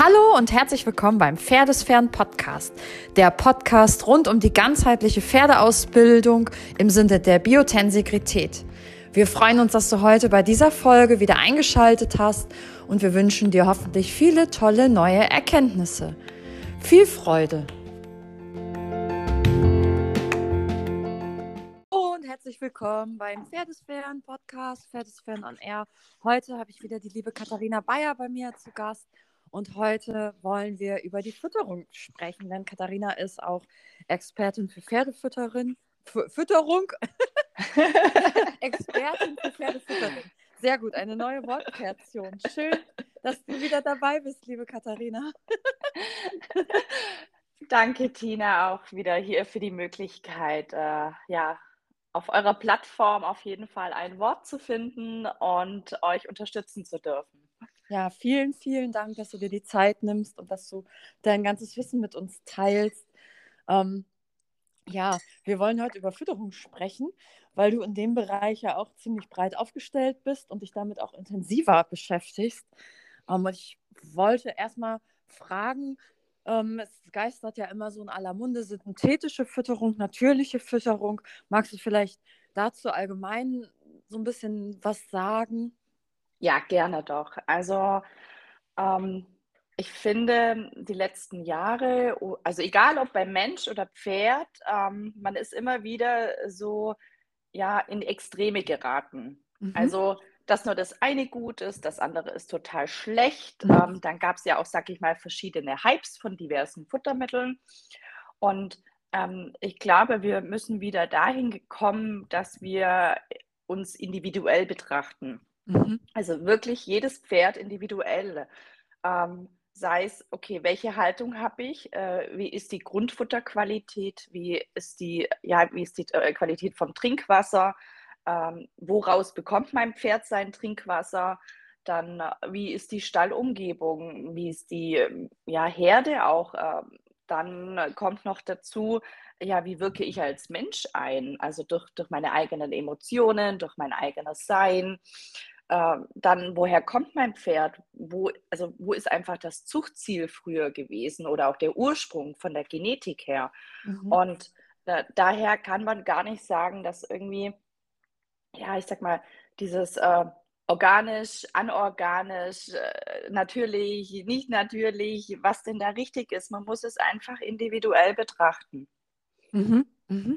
Hallo und herzlich willkommen beim Pferdesfern-Podcast, der Podcast rund um die ganzheitliche Pferdeausbildung im Sinne der Biotensegrität. Wir freuen uns, dass du heute bei dieser Folge wieder eingeschaltet hast und wir wünschen dir hoffentlich viele tolle neue Erkenntnisse. Viel Freude! Und herzlich willkommen beim Pferdesfern-Podcast, Pferdesfern on Air. Heute habe ich wieder die liebe Katharina Bayer bei mir zu Gast. Und heute wollen wir über die Fütterung sprechen, denn Katharina ist auch Expertin für Pferdefütterung. Expertin für Pferdefütterung. Sehr gut, eine neue Wortkreation. Schön, dass du wieder dabei bist, liebe Katharina. Danke, Tina, auch wieder hier für die Möglichkeit, auf eurer Plattform auf jeden Fall ein Wort zu finden und euch unterstützen zu dürfen. Ja, vielen, vielen Dank, dass du dir die Zeit nimmst und dass du dein ganzes Wissen mit uns teilst. Wir wollen heute über Fütterung sprechen, weil du in dem Bereich ja auch ziemlich breit aufgestellt bist und dich damit auch intensiver beschäftigst. Und ich wollte erstmal fragen, es geistert ja immer so in aller Munde synthetische Fütterung, natürliche Fütterung. Magst du vielleicht dazu allgemein so ein bisschen was sagen? Ja, gerne doch. Also, ich finde, die letzten Jahre, also egal ob bei Mensch oder Pferd, man ist immer wieder so, ja, in Extreme geraten. Mhm. Also, dass nur das eine gut ist, das andere ist total schlecht. Mhm. Dann gab es ja auch, sage ich mal, verschiedene Hypes von diversen Futtermitteln. Und ich glaube, wir müssen wieder dahin kommen, dass wir uns individuell betrachten. Mhm. Also wirklich jedes Pferd individuell. Sei es, okay, welche Haltung habe ich? Wie ist die Grundfutterqualität? Wie ist die Qualität vom Trinkwasser? Woraus bekommt mein Pferd sein Trinkwasser? Dann, wie ist die Stallumgebung? Wie ist die Herde auch? Dann kommt noch dazu, ja, wie wirke ich als Mensch ein? Also durch meine eigenen Emotionen, durch mein eigenes Sein. Dann, woher kommt mein Pferd? Wo ist einfach das Zuchtziel früher gewesen oder auch der Ursprung von der Genetik her? Mhm. Und daher kann man gar nicht sagen, dass irgendwie, ja, ich sag mal, dieses organisch, anorganisch, natürlich, nicht natürlich, was denn da richtig ist. Man muss es einfach individuell betrachten. Mhm. Mhm.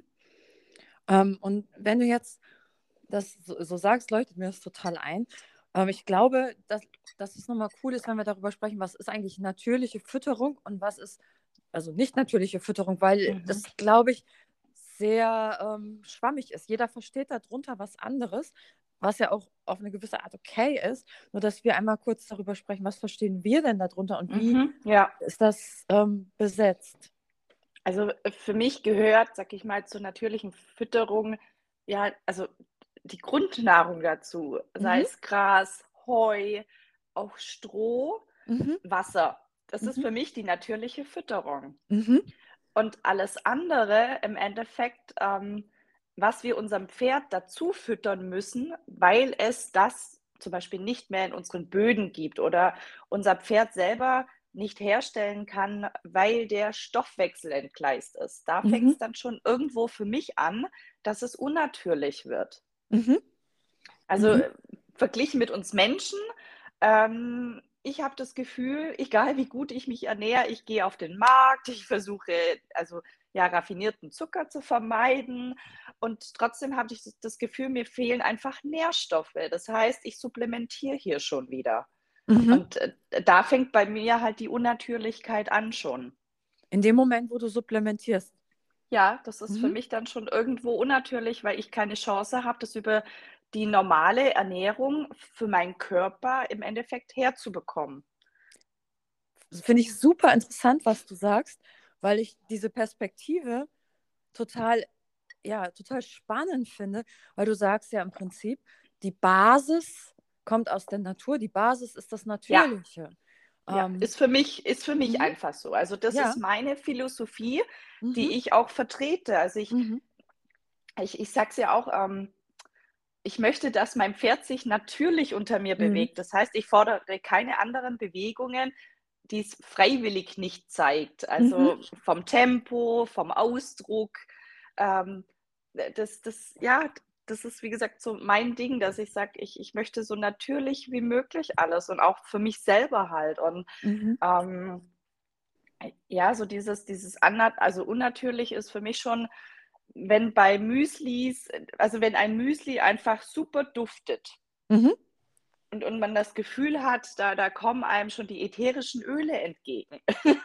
Und wenn du jetzt das so sagst, leuchtet mir das total ein. Ich glaube, dass es nochmal cool ist, wenn wir darüber sprechen, was ist eigentlich natürliche Fütterung und was ist also nicht natürliche Fütterung, weil Mhm. das, glaube ich, sehr schwammig ist. Jeder versteht darunter was anderes, was ja auch auf eine gewisse Art okay ist. Nur, dass wir einmal kurz darüber sprechen, was verstehen wir denn darunter und wie Mhm. Ja. ist das besetzt? Also, für mich gehört, sage ich mal, zur natürlichen Fütterung, ja, also die Grundnahrung dazu, sei Mhm. es Gras, Heu, auch Stroh, Mhm. Wasser. Das ist Mhm. für mich die natürliche Fütterung. Mhm. Und alles andere im Endeffekt, was wir unserem Pferd dazu füttern müssen, weil es das zum Beispiel nicht mehr in unseren Böden gibt oder unser Pferd selber nicht herstellen kann, weil der Stoffwechsel entgleist ist. Da fängt Mhm. es dann schon irgendwo für mich an, dass es unnatürlich wird. Mhm. Also, Mhm. verglichen mit uns Menschen, ich habe das Gefühl, egal wie gut ich mich ernähre, ich gehe auf den Markt, ich versuche, also, ja, raffinierten Zucker zu vermeiden und trotzdem habe ich das Gefühl, mir fehlen einfach Nährstoffe. Das heißt, ich supplementiere hier schon wieder. Mhm. Und, da fängt bei mir halt die Unnatürlichkeit an schon. In dem Moment, wo du supplementierst. Ja, das ist für Mhm. mich dann schon irgendwo unnatürlich, weil ich keine Chance habe, das über die normale Ernährung für meinen Körper im Endeffekt herzubekommen. Das finde ich super interessant, was du sagst, weil ich diese Perspektive total, ja, total spannend finde, weil du sagst ja im Prinzip, die Basis kommt aus der Natur, die Basis ist das Ja, Natürliche. ja, Ähm, ist für mich mhm, einfach so. Also, das ja, ist meine Philosophie, mhm, die ich auch vertrete. Also, ich mhm, ich ich sage es ja auch, ich möchte, dass mein Pferd sich natürlich unter mir mhm, bewegt. Das heißt, ich fordere keine anderen Bewegungen, die es freiwillig nicht zeigt. Mhm. Also vom Tempo, vom Ausdruck. Ähm, ja, das ist wie gesagt so mein Ding, dass ich sage, ich möchte so natürlich wie möglich alles und auch für mich selber halt. Und Mhm. ähm, ja, so dieses also unnatürlich ist für mich schon, wenn bei Müslis, also wenn ein Müsli einfach super duftet. Mhm. Und man das Gefühl hat, da kommen einem schon die ätherischen Öle entgegen.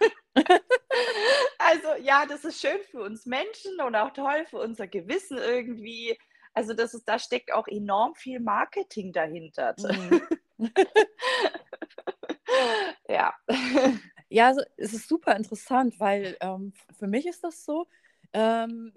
Also, ja, das ist schön für uns Menschen und auch toll für unser Gewissen irgendwie. Also, da steckt auch enorm viel Marketing dahinter. Mhm. Ja. Ja, also, es ist super interessant, weil, für mich ist das so, ähm,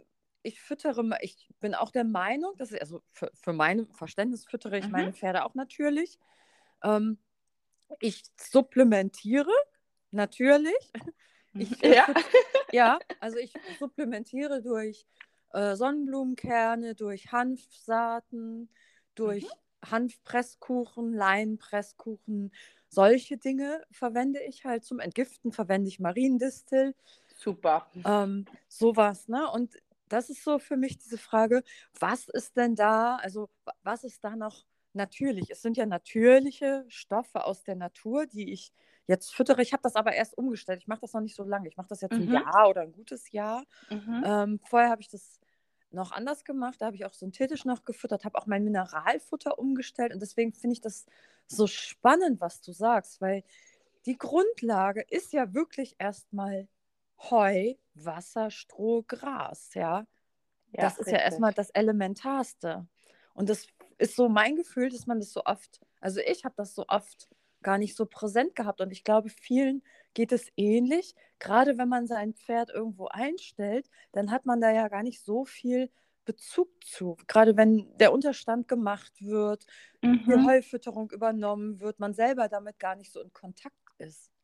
ich bin auch der Meinung, dass also, für mein Verständnis füttere ich Mhm. meine Pferde auch natürlich. Ähm, Ich supplementiere natürlich. Mhm. Ich, Ja. ja, also, ich supplementiere durch, Sonnenblumenkerne, durch Hanfsaaten, Mhm. durch Hanfpresskuchen, Leinpresskuchen. Solche Dinge verwende ich halt. Zum Entgiften verwende ich Mariendistel, Super. so ne? Und das ist so für mich diese Frage, was ist denn da also, was ist da noch natürlich? Es sind ja natürliche Stoffe aus der Natur, die ich jetzt füttere. Ich habe das aber erst umgestellt. Ich mache das noch nicht so lange. Ich mache das jetzt ein Mhm. Jahr oder ein gutes Jahr. Mhm. Vorher habe ich das noch anders gemacht. Da habe ich auch synthetisch noch gefüttert, habe auch mein Mineralfutter umgestellt. Und deswegen finde ich das so spannend, was du sagst, weil die Grundlage ist ja wirklich erstmal Heu, Wasser, Stroh, Gras, ja. Ja, Das ist ja erstmal richtig. das Elementarste. Und das ist so mein Gefühl, dass man das so oft also, ich habe das so oft gar nicht so präsent gehabt und ich glaube, vielen geht es ähnlich. Gerade wenn man sein Pferd irgendwo einstellt, dann hat man da ja gar nicht so viel Bezug zu. Gerade wenn der Unterstand gemacht wird, die Mhm. Heufütterung übernommen wird, man selber damit gar nicht so in Kontakt ist.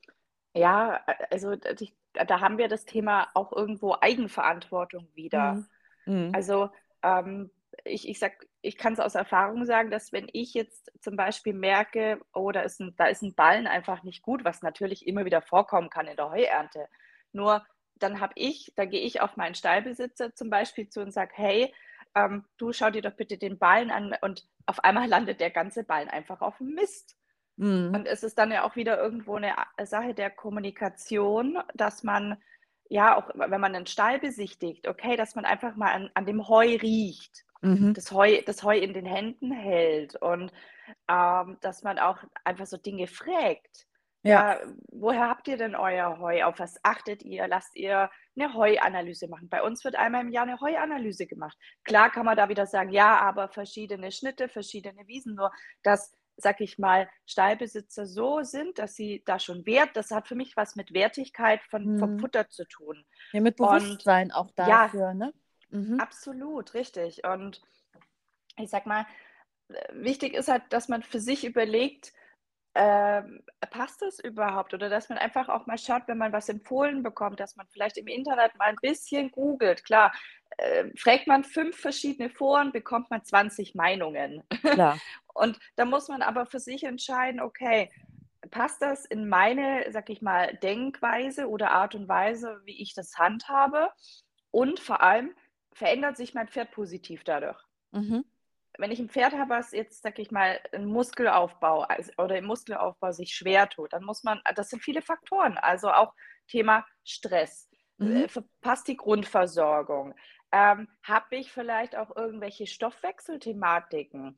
Ja, also, da haben wir das Thema auch irgendwo Eigenverantwortung wieder. Mhm. Mhm. Also, ähm, ich kann es aus Erfahrung sagen, dass wenn ich jetzt zum Beispiel merke: „Oh, da ist ein Ballen einfach nicht gut", was natürlich immer wieder vorkommen kann in der Heuernte. Nur da gehe ich auf meinen Stallbesitzer zum Beispiel zu und sage: „Hey, du schau dir doch bitte den Ballen an", und auf einmal landet der ganze Ballen einfach auf dem Mist. Mhm. Und es ist dann ja auch wieder irgendwo eine Sache der Kommunikation, dass man ja, auch wenn man einen Stall besichtigt, okay, dass man einfach mal an dem Heu riecht, Mhm. das Heu in den Händen hält und, dass man auch einfach so Dinge fragt. Ja. Ja, woher habt ihr denn euer Heu? Auf was achtet ihr? Lasst ihr eine Heuanalyse machen? Bei uns wird einmal im Jahr eine Heuanalyse gemacht. Klar kann man da wieder sagen: „Ja, aber verschiedene Schnitte, verschiedene Wiesen", nur dass, sage ich mal, Stallbesitzer so sind, dass sie da schon das hat für mich was mit Wertigkeit vom Mhm. Futter zu tun. Ja, mit Und Bewusstsein auch ja, dafür, ne? Mhm. absolut, richtig. Und ich sage mal, wichtig ist halt, dass man für sich überlegt, passt das überhaupt? Oder dass man einfach auch mal schaut, wenn man was empfohlen bekommt, dass man vielleicht im Internet mal ein bisschen googelt. Klar, fragt man 5 verschiedene Foren, bekommt man 20 Meinungen. Klar. Und da muss man aber für sich entscheiden: „Okay, passt das in meine, sage ich mal, Denkweise oder Art und Weise, wie ich das handhabe? Und vor allem, verändert sich mein Pferd positiv dadurch?" Mhm. Wenn ich ein Pferd habe, was jetzt, sage ich mal, 'n Muskelaufbau oder im Muskelaufbau sich schwer tut, dann muss man das sind viele Faktoren, also auch Thema Stress. Mhm. Verpasst die Grundversorgung? Habe ich vielleicht auch irgendwelche Stoffwechselthematiken?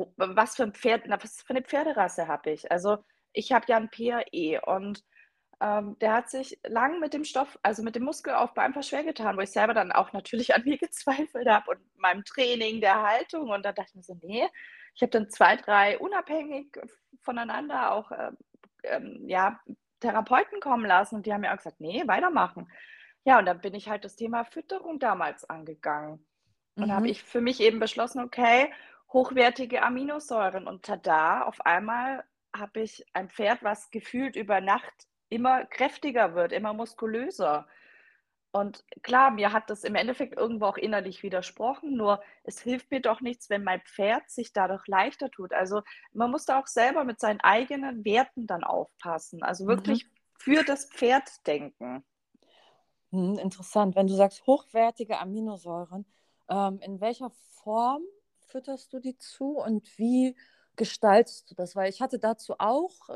Was für eine Pferderasse habe ich? Also, ich habe ja 'n PRE und der hat sich lang mit dem mit dem Muskelaufbau einfach schwer getan, wo ich selber dann auch natürlich an mir gezweifelt habe und meinem Training, der Haltung. Und da dachte ich mir so: „Ne." Ich habe dann 2, 3 unabhängig voneinander auch, ja, Therapeuten kommen lassen und die haben mir auch gesagt: „Ne, weitermachen." Ja, und dann bin ich halt das Thema Fütterung damals angegangen. Und da habe Mhm. ich für mich eben beschlossen: „Okay, hochwertige Aminosäuren." Und tada, auf einmal habe ich ein Pferd, was gefühlt über Nacht immer kräftiger wird, immer muskulöser. Und klar, mir hat das im Endeffekt irgendwo auch innerlich widersprochen, nur es hilft mir doch nichts, wenn mein Pferd sich dadurch leichter tut. Also, man muss da auch selber mit seinen eigenen Werten dann aufpassen. Also, Mhm. wirklich für das Pferd denken. Interessant. Wenn du sagst hochwertige Aminosäuren, in welcher Form fütterst du die zu und wie gestaltest du das? Weil ich hatte dazu auch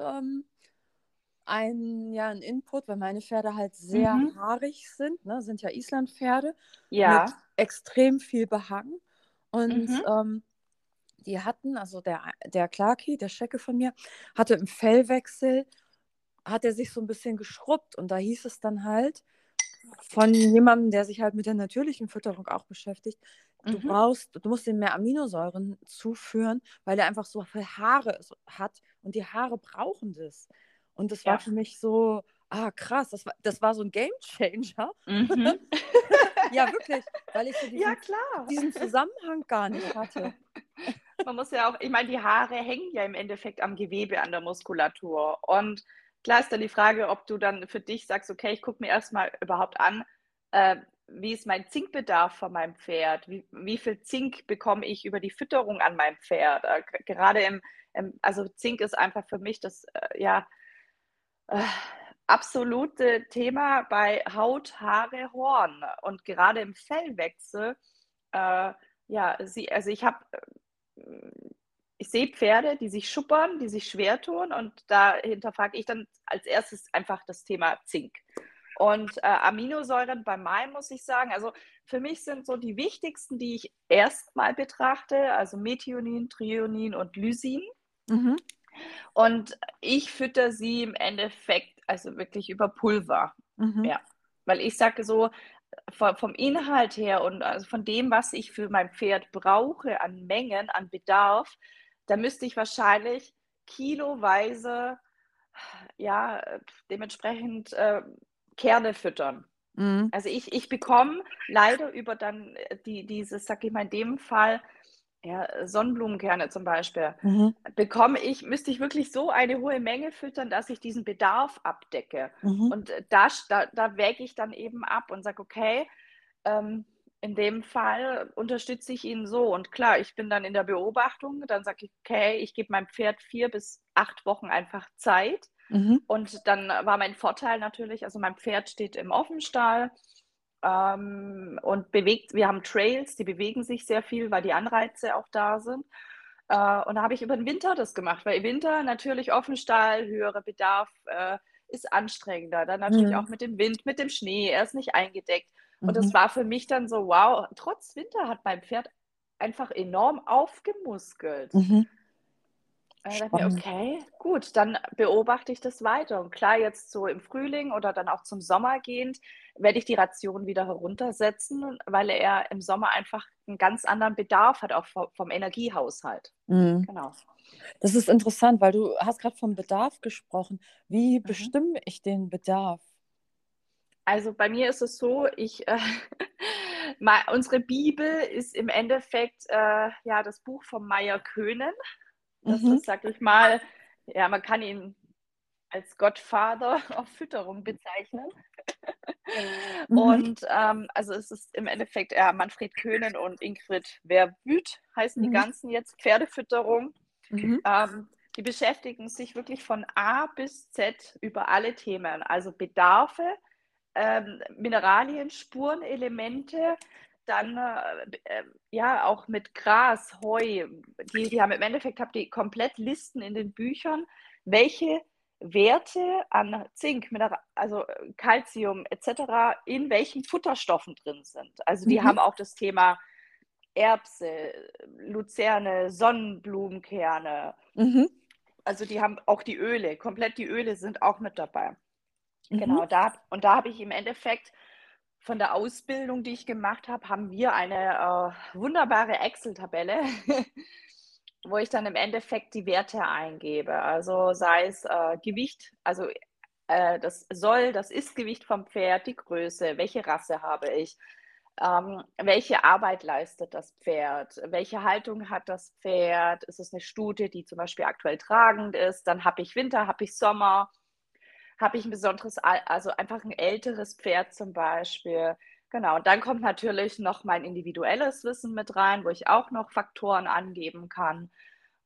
einen Input, weil meine Pferde halt sehr Mhm. haarig sind, ne? Sind ja Islandpferde mit Ja. extrem viel Behang. Und Mhm. die hatten, also der Clarky, der Schecke von mir, hatte im Fellwechsel, hat er sich so ein bisschen geschrubbt und da hieß es dann halt von jemandem, der sich halt mit der natürlichen Fütterung auch beschäftigt, Mhm. du musst ihm mehr Aminosäuren zuführen, weil er einfach so viel Haare hat und die Haare brauchen das. Und das war Ja. für mich so, krass, das war so ein Gamechanger. Mhm. Ja, wirklich, weil ich so Ja, diesen, klar. diesen Zusammenhang gar nicht hatte. Man muss ja auch, ich meine, die Haare hängen ja im Endeffekt am Gewebe, an der Muskulatur. Und klar ist dann die Frage, ob du dann für dich sagst: „Okay, ich gucke mir erst mal überhaupt an, wie ist mein Zinkbedarf von meinem Pferd? Wie viel Zink bekomme ich über die Fütterung an meinem Pferd?“ Gerade also Zink ist einfach für mich das, äh, absolute Thema bei Haut, Haare, Horn. Und gerade im Fellwechsel, also hm, ich sehe Pferde, die sich schuppern, die sich schwer tun und da hinterfrage ich dann als erstes einfach das Thema Zink. Und, Aminosäuren bei meinem muss ich sagen, also, für mich sind so die wichtigsten, die ich erstmal betrachte, also Methionin, Threonin und Lysin. Mhm. Und ich fütter sie im Endeffekt also wirklich über Pulver. Mhm. Ja, weil ich sage so, vom Inhalt her und also von dem, was ich für mein Pferd brauche an Mengen, an Bedarf, da müsste ich wahrscheinlich kiloweise, ja, dementsprechend, Kerne füttern. Mhm. Also, ich bekomme leider über dann, dieses, sage ich mal, in dem Fall, ja, Sonnenblumenkerne zum Beispiel, Mhm. müsste ich wirklich so eine hohe Menge füttern, dass ich diesen Bedarf abdecke. Mhm. Und, da wäge ich dann eben ab und sage: „Okay, ähm, in dem Fall unterstütze ich ihn so.“ Und klar, ich bin dann in der Beobachtung, dann sage ich: „Okay, ich gebe meinem Pferd 4 bis 8 Wochen einfach Zeit.“ Mhm. Und dann war mein Vorteil natürlich, also mein Pferd steht im Offenstall, und bewegt wir haben Trails, die bewegen sich sehr viel, weil die Anreize auch da sind. Und da habe ich über den Winter das gemacht, weil im Winter natürlich Offenstall, höherer Bedarf, ist anstrengender. Dann natürlich Mhm. auch mit dem Wind, mit dem Schnee, er ist nicht eingedeckt. Und das Mhm. war für mich dann so: „Wow, trotz Winter hat mein Pferd einfach enorm aufgemuskelt.“ Mhm. Dachte ich mir: Spannend. „Okay, gut, dann beobachte ich das weiter.“ Und klar, jetzt so im Frühling oder dann auch zum Sommer gehend, werde ich die Ration wieder heruntersetzen, weil er im Sommer einfach 'n ganz anderen Bedarf hat, auch vom Energiehaushalt. Mhm. Genau. Das ist interessant, weil du hast gerade vom Bedarf gesprochen. Wie Mhm. bestimme ich den Bedarf? Also, bei mir ist es so, unsere Bibel ist im Endeffekt, ja, das Buch von Meyer Köhnen. Das Mhm. ist, sage ich mal, ja, man kann ihn als Godfather auf Fütterung bezeichnen. Mhm. Und, also, es ist im Endeffekt, Manfred Köhnen und Ingrid Verwüth heißen die Mhm. ganzen jetzt, Pferdefütterung. Mhm. Die beschäftigen sich wirklich von A bis Z über alle Themen, also Bedarfe, Mineralien, Spurenelemente, dann, ja, auch mit Gras, Heu. Die haben im Endeffekt habt ihr komplett Listen in den Büchern, welche Werte an Zink, also, Calcium et cetera in welchen Futterstoffen drin sind. Also, die Mhm. haben auch das Thema Erbse, Luzerne, Sonnenblumenkerne. Mhm. Also, die haben auch die Öle, komplett die Öle sind auch mit dabei. Mhm. Genau, da habe ich im Endeffekt von der Ausbildung, die ich gemacht habe, haben wir eine, wunderbare Excel-Tabelle, wo ich dann im Endeffekt die Werte eingebe. Also, sei es, Gewicht, also, das Ist-Gewicht vom Pferd, die Größe, welche Rasse habe ich, welche Arbeit leistet das Pferd, welche Haltung hat das Pferd, ist es eine Stute, die zum Beispiel aktuell tragend ist, dann habe ich Winter, habe ich Sommer, habe ich ein besonderes also einfach ein älteres Pferd zum Beispiel. Genau, und dann kommt natürlich noch mein individuelles Wissen mit rein, wo ich auch noch Faktoren angeben kann.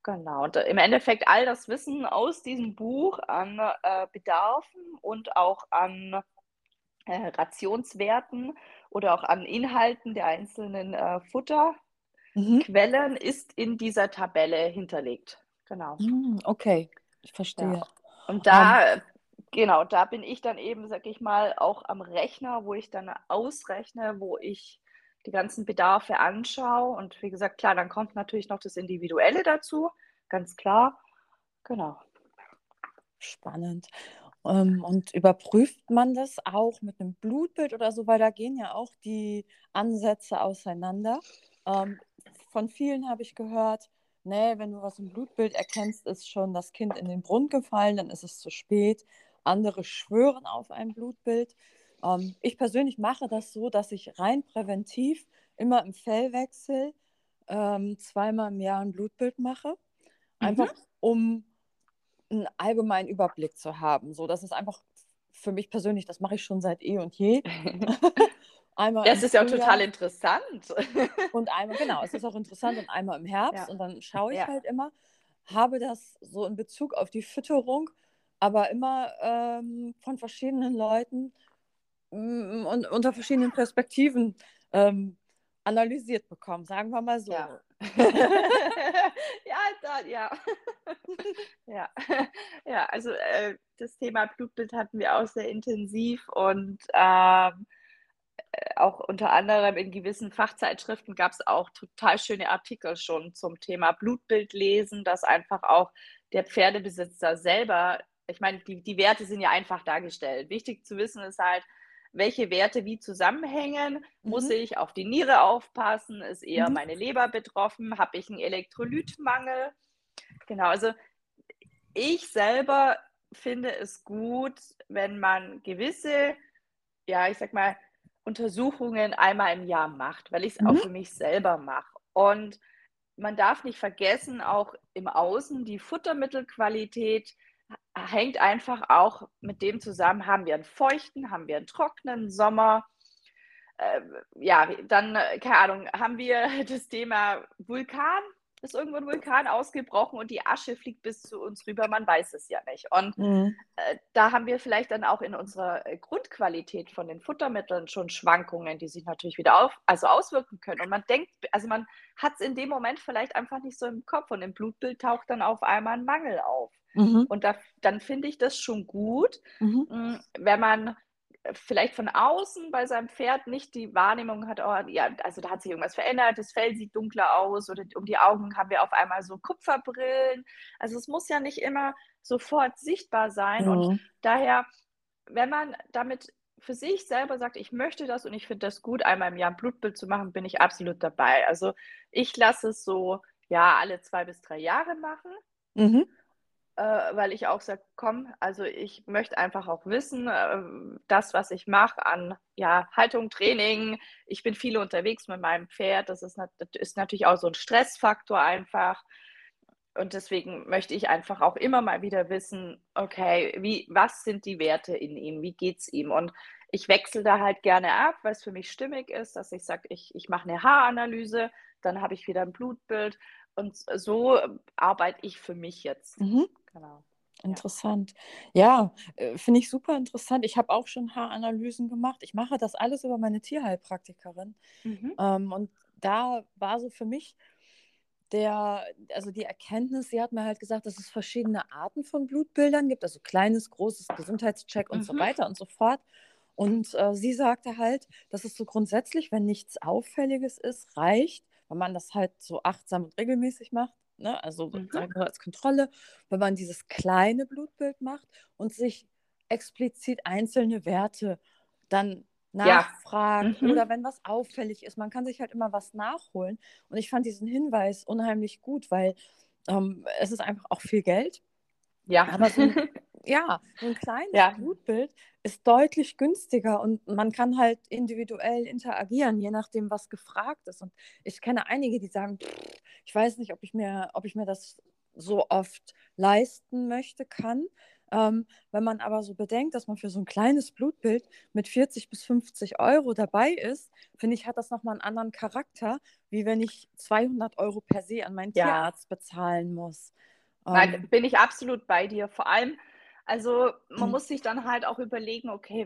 Genau. Und im Endeffekt all das Wissen aus diesem Buch an, Bedarfen und auch an, Rationswerten oder auch an Inhalten der einzelnen, Mhm. Futterquellen ist in dieser Tabelle hinterlegt. Genau, Okay, ich ja. verstehe. Und Ähm, da genau, da bin ich dann eben, sage ich mal, auch am Rechner, wo ich dann ausrechne, wo ich die ganzen Bedarfe anschaue. Und wie gesagt, klar, dann kommt natürlich noch das Individuelle dazu, ganz klar. Genau. Spannend. Und überprüft man das auch mit einem Blutbild oder so? Weil da gehen ja auch die Ansätze auseinander. Ähm, von vielen habe ich gehört, ne, wenn du was im Blutbild erkennst, ist schon das Kind in den Brunnen gefallen, dann ist es zu spät. Andere schwören auf ein Blutbild. Ich persönlich mache das so, dass ich rein präventiv immer im Fellwechsel zweimal im Jahr ein Blutbild mache. Mhm. Einfach um einen allgemeinen Überblick zu haben. So, das ist einfach für mich persönlich, das mache ich schon seit eh und je. Einmal Ja, im es ist ja auch total Frühjahr interessant. und einmal, genau, es ist auch interessant und einmal im Herbst Ja, und dann schaue ich ja. halt immer, habe das so in Bezug auf die Fütterung, aber immer von verschiedenen Leuten und unter verschiedenen Perspektiven ähm, analysiert bekommen, sagen wir mal Ja. so. Ja, da ja. Ja. Ja, also, das Thema Blutbild hatten wir auch sehr intensiv und, auch unter anderem in gewissen Fachzeitschriften gab es auch total schöne Artikel schon zum Thema Blutbild lesen, dass einfach auch der Pferdebesitzer selber ich meine, die Werte sind ja einfach dargestellt. Wichtig zu wissen ist halt, welche Werte wie zusammenhängen. Muss Mhm, ich auf die Niere aufpassen? Ist eher mhm, meine Leber betroffen? Habe ich einen Elektrolytmangel? Genau, also ich selber finde es gut, wenn man gewisse, ja, ich sag mal, Untersuchungen einmal im Jahr macht, weil ich es auch mhm, für mich selber mache. Und man darf nicht vergessen, auch im Außen, die Futtermittelqualität hängt einfach auch mit dem zusammen, haben wir einen feuchten, haben wir einen trockenen Sommer, ja, dann, keine Ahnung, haben wir das Thema Vulkan? Ist irgendwo ein Vulkan ausgebrochen und die Asche fliegt bis zu uns rüber? Man weiß es ja nicht. Und, mhm, da haben wir vielleicht dann auch in unserer, Grundqualität von den Futtermitteln schon Schwankungen, die sich natürlich wieder auswirken können. Und man denkt also, man hat es in dem Moment vielleicht einfach nicht so im Kopf und im Blutbild taucht dann auf einmal ein Mangel auf. mhm, Und dann finde ich das schon gut, mhm, wenn man vielleicht von außen bei seinem Pferd nicht die Wahrnehmung hat, oh, ja, also da hat sich irgendwas verändert, das Fell sieht dunkler aus oder um die Augen haben wir auf einmal so Kupferbrillen. Also es muss ja nicht immer sofort sichtbar sein und mhm. daher, wenn man damit für sich selber sagt, ich möchte das und ich finde das gut, einmal im Jahr ein Blutbild zu machen, bin ich absolut dabei. Also ich lasse es so, ja, alle 2 bis 3 Jahre machen, Mhm. weil ich auch sage: „Komm, also ich möchte einfach auch wissen, das, was ich mache an, ja, Haltung, Training“ ich bin viel unterwegs mit meinem Pferd, das ist natürlich auch so ein Stressfaktor einfach. Und deswegen möchte ich einfach auch immer mal wieder wissen: „Okay, was sind die Werte in ihm? Wie geht's ihm?“ Und ich wechsle da halt gerne ab, weil es für mich stimmig ist, dass ich sage, ich mache eine Haaranalyse, dann habe ich wieder ein Blutbild und so arbeite ich für mich jetzt. Mhm. Genau, ja. Interessant. Ja, finde ich super interessant. Ich habe auch schon Haaranalysen gemacht. Ich mache das alles über meine Tierheilpraktikerin. Mhm. Und da war so für mich also die Erkenntnis, sie hat mir halt gesagt, dass es verschiedene Arten von Blutbildern gibt, also kleines, großes, Gesundheitscheck und so Mhm. weiter und so fort. Und sie sagte halt, dass es so grundsätzlich, wenn nichts Auffälliges ist, reicht, wenn man das halt so achtsam und regelmäßig macht, ne? Also Mhm. sagen wir als Kontrolle, wenn man dieses kleine Blutbild macht und sich explizit einzelne Werte dann Ja. nachfragt oder Mhm. wenn was auffällig ist. Man kann sich halt immer was nachholen. Und ich fand diesen Hinweis unheimlich gut, weil es ist einfach auch viel Geld. Ja. Aber ja, so ein kleines Ja. Blutbild ist deutlich günstiger und man kann halt individuell interagieren, je nachdem, was gefragt ist. Und ich kenne einige, die sagen, ich weiß nicht, ob ich mir das so oft leisten möchte, kann. Wenn man aber so bedenkt, dass man für so ein kleines Blutbild mit 40 bis 50 € dabei ist, finde ich, hat das nochmal einen anderen Charakter, wie wenn ich 200 € per se an meinen Ja. Tierarzt bezahlen muss. Nein, Ähm, bin ich absolut bei dir. Vor allem, also, man muss sich dann halt auch überlegen: „Okay,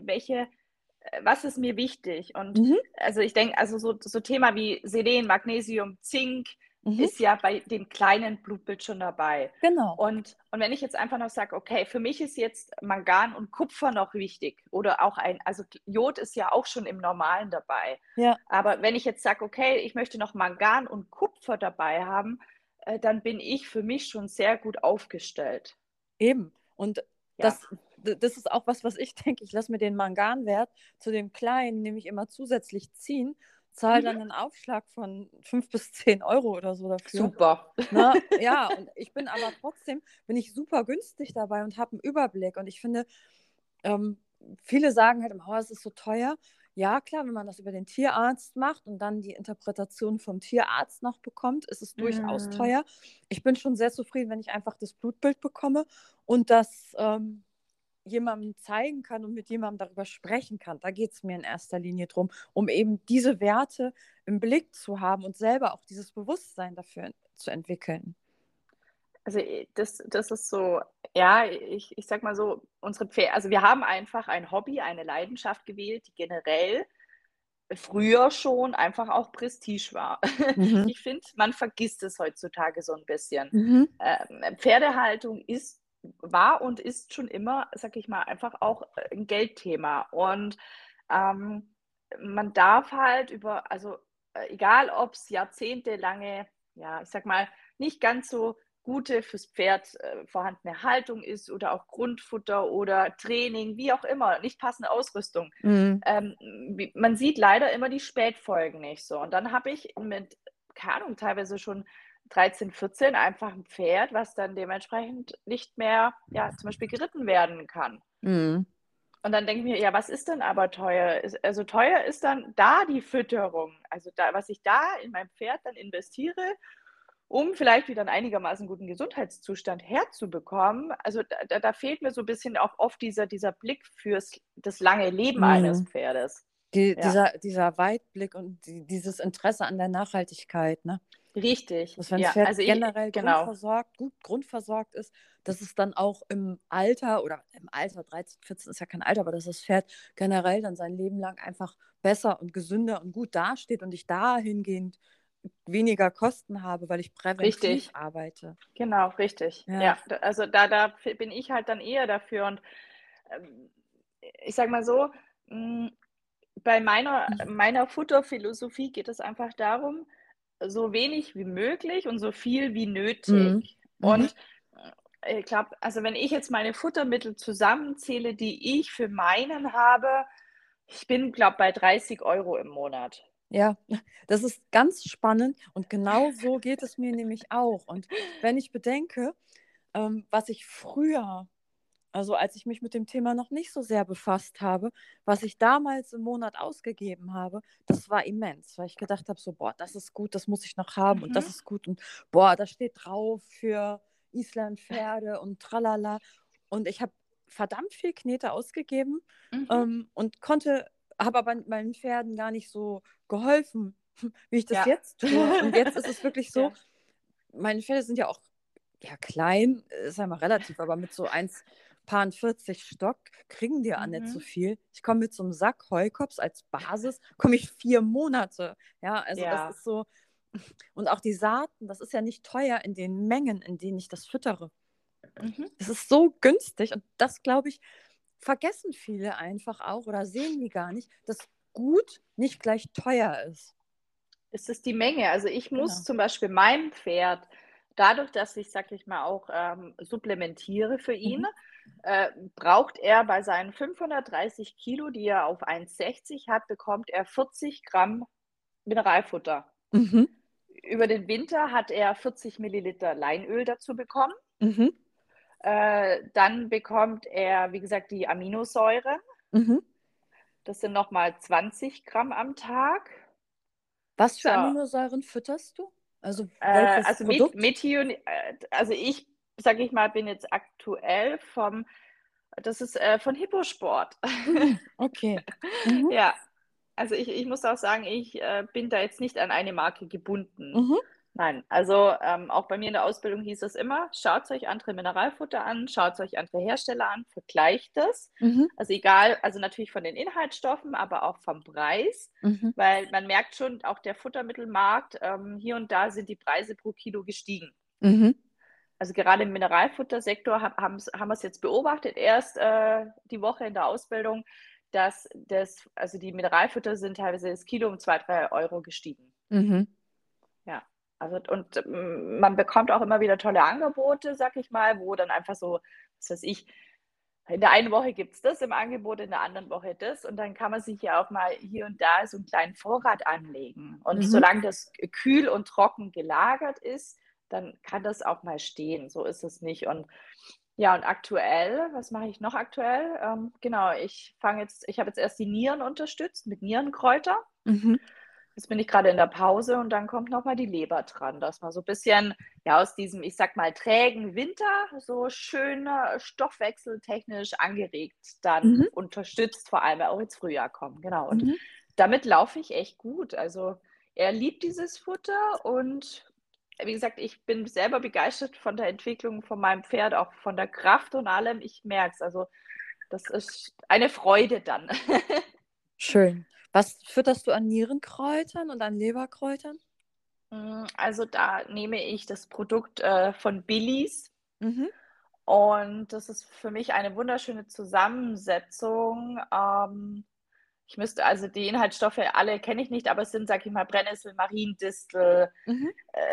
was ist mir wichtig?“ Und, mhm, also, ich denke, also, so Thema wie Selen, Magnesium, Zink mhm, ist ja bei dem kleinen Blutbild schon dabei. genau. Und wenn ich jetzt einfach noch sage: „Okay, für mich ist jetzt Mangan und Kupfer noch wichtig“, oder auch also, Jod ist ja auch schon im Normalen dabei. Ja, Aber wenn ich jetzt sage: „Okay, ich möchte noch Mangan und Kupfer dabei haben“, dann bin ich für mich schon sehr gut aufgestellt. eben. Und Ja. das ist auch was, was ich denke, ich lasse mir den Manganwert zu dem kleinen nämlich immer zusätzlich ziehen, zahle Mhm. dann einen Aufschlag von 5 bis 10 € oder so dafür. Super. Ne? Ja, und ich bin aber trotzdem, bin ich super günstig dabei und habe einen Überblick. Und ich finde, ähm, viele sagen halt immer: „Oh, es ist so teuer.“ Ja, klar, wenn man das über den Tierarzt macht und dann die Interpretation vom Tierarzt noch bekommt, ist es durchaus Mhm. teuer. Ich bin schon sehr zufrieden, wenn ich einfach das Blutbild bekomme und das, jemandem zeigen kann und mit jemandem darüber sprechen kann. Da geht es mir in erster Linie drum, um eben diese Werte im Blick zu haben und selber auch dieses Bewusstsein dafür zu entwickeln. Also, das ist so, ja, ich sage mal so, also, wir haben einfach ein Hobby, eine Leidenschaft gewählt, die generell früher schon einfach auch Prestige war. Mhm. Ich finde, man vergisst es heutzutage so ein bisschen. Mhm. Pferdehaltung war und ist schon immer, sage ich mal, einfach auch, 'n Geldthema. Und, ähm, man darf halt egal ob's jahrzehntelange, ja, ich sage mal, nicht ganz so gute, fürs Pferd, vorhandene Haltung ist oder auch Grundfutter oder Training, wie auch immer, nicht passende Ausrüstung. Mhm. Man sieht leider immer die Spätfolgen nicht so. Und dann habe ich mit, keine Ahnung, teilweise schon 13, 14 einfach ein Pferd, was dann dementsprechend nicht mehr, ja, zum Beispiel geritten werden kann. Mhm. Und dann denke ich mir: „Ja, was ist denn aber teuer?“ Teuer ist dann da die Fütterung, also da, was ich da in mein Pferd dann investiere, um vielleicht wieder 'n einigermaßen guten Gesundheitszustand herzubekommen. Also, da fehlt mir so 'n bisschen auch oft dieser Blick fürs das lange Leben eines Mhm. Pferdes. Die Ja, dieser Weitblick und dieses Interesse an der Nachhaltigkeit, ne? richtig. Dass wenn das Ja, Pferd also generell genau, gut grundversorgt ist, dass es dann auch im Alter oder im Alter, 13, 14 ist ja kein Alter, aber dass das Pferd generell dann sein Leben lang einfach besser und gesünder und gut dasteht und ich dahingehend weniger Kosten habe, weil ich präventiv richtig. arbeite. Genau, richtig. Ja. Ja, da bin ich halt dann eher dafür. Und, ähm, ich sage mal so, hm, bei meiner Futterphilosophie geht es einfach darum, so wenig wie möglich und so viel wie Mhm. nötig. Mhm. Und, ich glaube, also, wenn ich jetzt meine Futtermittel zusammenzähle, die ich für meinen habe, ich bin, glaube, bei 30 € im Monat. Ja, das ist ganz spannend und genau so geht es mir nämlich auch. Und wenn ich bedenke, was ich früher, also als ich mich mit dem Thema noch nicht so sehr befasst habe, was ich damals im Monat ausgegeben habe, das war immens, weil ich gedacht habe, so, boah, das ist gut, das muss ich noch haben und Mhm, das ist gut und boah, da steht drauf für Islandpferde und tralala. Und ich habe verdammt viel Knete ausgegeben mhm. und habe aber meinen Pferden gar nicht so geholfen, wie ich das Ja. jetzt tue. Und jetzt ist es wirklich so, Ja. meine Pferde sind ja auch, ja, klein, ist ja mal relativ, aber mit so 1,40 Stock kriegen die ja nicht so Mhm. viel. Ich komme mit so einem Sack Heukops als Basis, komme ich 4 Monate. Ja, also das Ja. ist so, und auch die Saaten, das ist ja nicht teuer in den Mengen, in denen ich das füttere. Mhm. Das ist so günstig und das, glaube ich, vergessen viele einfach auch oder sehen die gar nicht, dass gut nicht gleich teuer ist. Es ist die Menge. Also, ich muss Genau. zum Beispiel meinem Pferd, dadurch, dass ich, sage ich mal, auch, supplementiere für ihn, Mhm. braucht er bei seinen 530 Kilo, die er auf 1,60 hat, bekommt er 40 Gramm Mineralfutter. Mhm. Über den Winter hat er 40 Milliliter Leinöl dazu bekommen. Mhm. Dann bekommt er, wie gesagt, die Aminosäuren. Mhm. Das sind noch mal 20 Gramm am Tag. Was für So, Aminosäuren fütterst du? Also welches also Produkt? Also ich, sage ich mal, bin jetzt aktuell vom Das ist von Hipposport. Mhm, okay. Mhm, Ja, also ich muss auch sagen, ich bin da jetzt nicht an eine Marke gebunden. mhm, Nein, also auch bei mir in der Ausbildung hieß es immer, schaut euch andere Mineralfutter an, schaut euch andere Hersteller an, vergleicht es. mhm, Also egal, also natürlich von den Inhaltsstoffen, aber auch vom Preis, mhm, weil man merkt schon, auch der Futtermittelmarkt, hier und da sind die Preise pro Kilo gestiegen. mhm, Also gerade im Mineralfuttersektor haben wir es jetzt beobachtet, erst die Woche in der Ausbildung, dass also die Mineralfutter sind teilweise das Kilo um 2, 3 € gestiegen. mhm, Ja, also und man bekommt auch immer wieder tolle Angebote, sag ich mal, wo dann einfach so, was weiß ich, in der einen Woche gibt es das im Angebot, in der anderen Woche das. Und dann kann man sich ja auch mal hier und da so einen kleinen Vorrat anlegen. Und mhm. solange das kühl und trocken gelagert ist, dann kann das auch mal stehen. So ist es nicht. Und ja, und aktuell, was mache ich noch aktuell? Genau, ich habe jetzt erst die Nieren unterstützt mit Nierenkräuter. Mhm. Jetzt bin ich gerade in der Pause und dann kommt noch mal die Leber dran, dass man so ein bisschen, ja, aus diesem, ich sag mal, trägen Winter so schön stoffwechseltechnisch angeregt dann Mhm. unterstützt, vor allem auch ins Frühjahr kommen. Genau, und Mhm. damit laufe ich echt gut. Also, er liebt dieses Futter und wie gesagt, ich bin selber begeistert von der Entwicklung von meinem Pferd, auch von der Kraft und allem. Ich merke es. Also, das ist eine Freude dann. Schön. Was fütterst du an Nierenkräutern und an Leberkräutern? Also, da nehme ich das Produkt, von Billies Mhm. und das ist für mich eine wunderschöne Zusammensetzung. Ich müsste also die Inhaltsstoffe alle kenne ich nicht, aber es sind, sage ich mal, Brennnessel, Mariendistel, Mhm.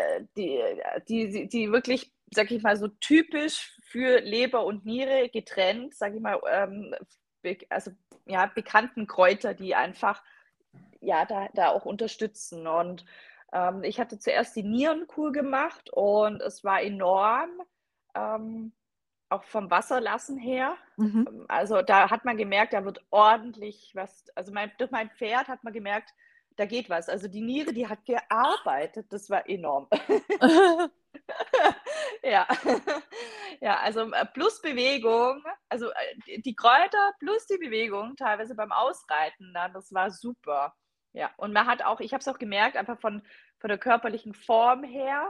die wirklich, sage ich mal, so typisch für Leber und Niere getrennt, sage ich mal, also, ja, bekannten Kräuter, die einfach ja, da auch unterstützen. Und ich hatte zuerst die Nierenkur gemacht und es war enorm, ähm, auch vom Wasserlassen her. Mhm. Also da hat man gemerkt, da wird ordentlich was, also durch mein Pferd hat man gemerkt, da geht was. Also die Niere, die hat gearbeitet, das war enorm. Ja. Ja, also plus Bewegung, also die Kräuter plus die Bewegung, teilweise beim Ausreiten dann, das war super. Ja, und man hat auch, ich habe es auch gemerkt, einfach von der körperlichen Form her,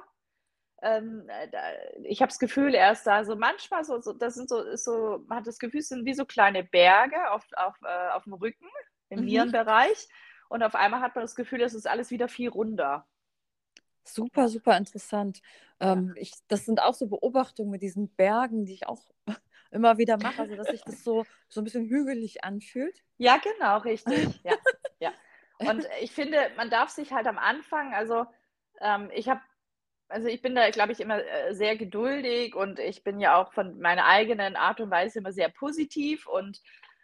da ich habe das Gefühl, er ist da so manchmal das sind so ist so man hat das Gefühl, es sind wie so kleine Berge auf'm Rücken, im Mhm. Nierenbereich und auf einmal hat man das Gefühl, es ist alles wieder viel runder. Super, Ja, super interessant. ja. Das sind auch so Beobachtungen mit diesen Bergen, die ich auch immer wieder mache, also dass sich das so ein bisschen hügelig anfühlt. Ja, genau, richtig. Ja, ja. Und ich finde, man darf sich halt am Anfang, also, ich habe also, ich bin da, glaube ich, immer, sehr geduldig und ich bin ja auch von meiner eigenen Art und Weise immer sehr positiv und,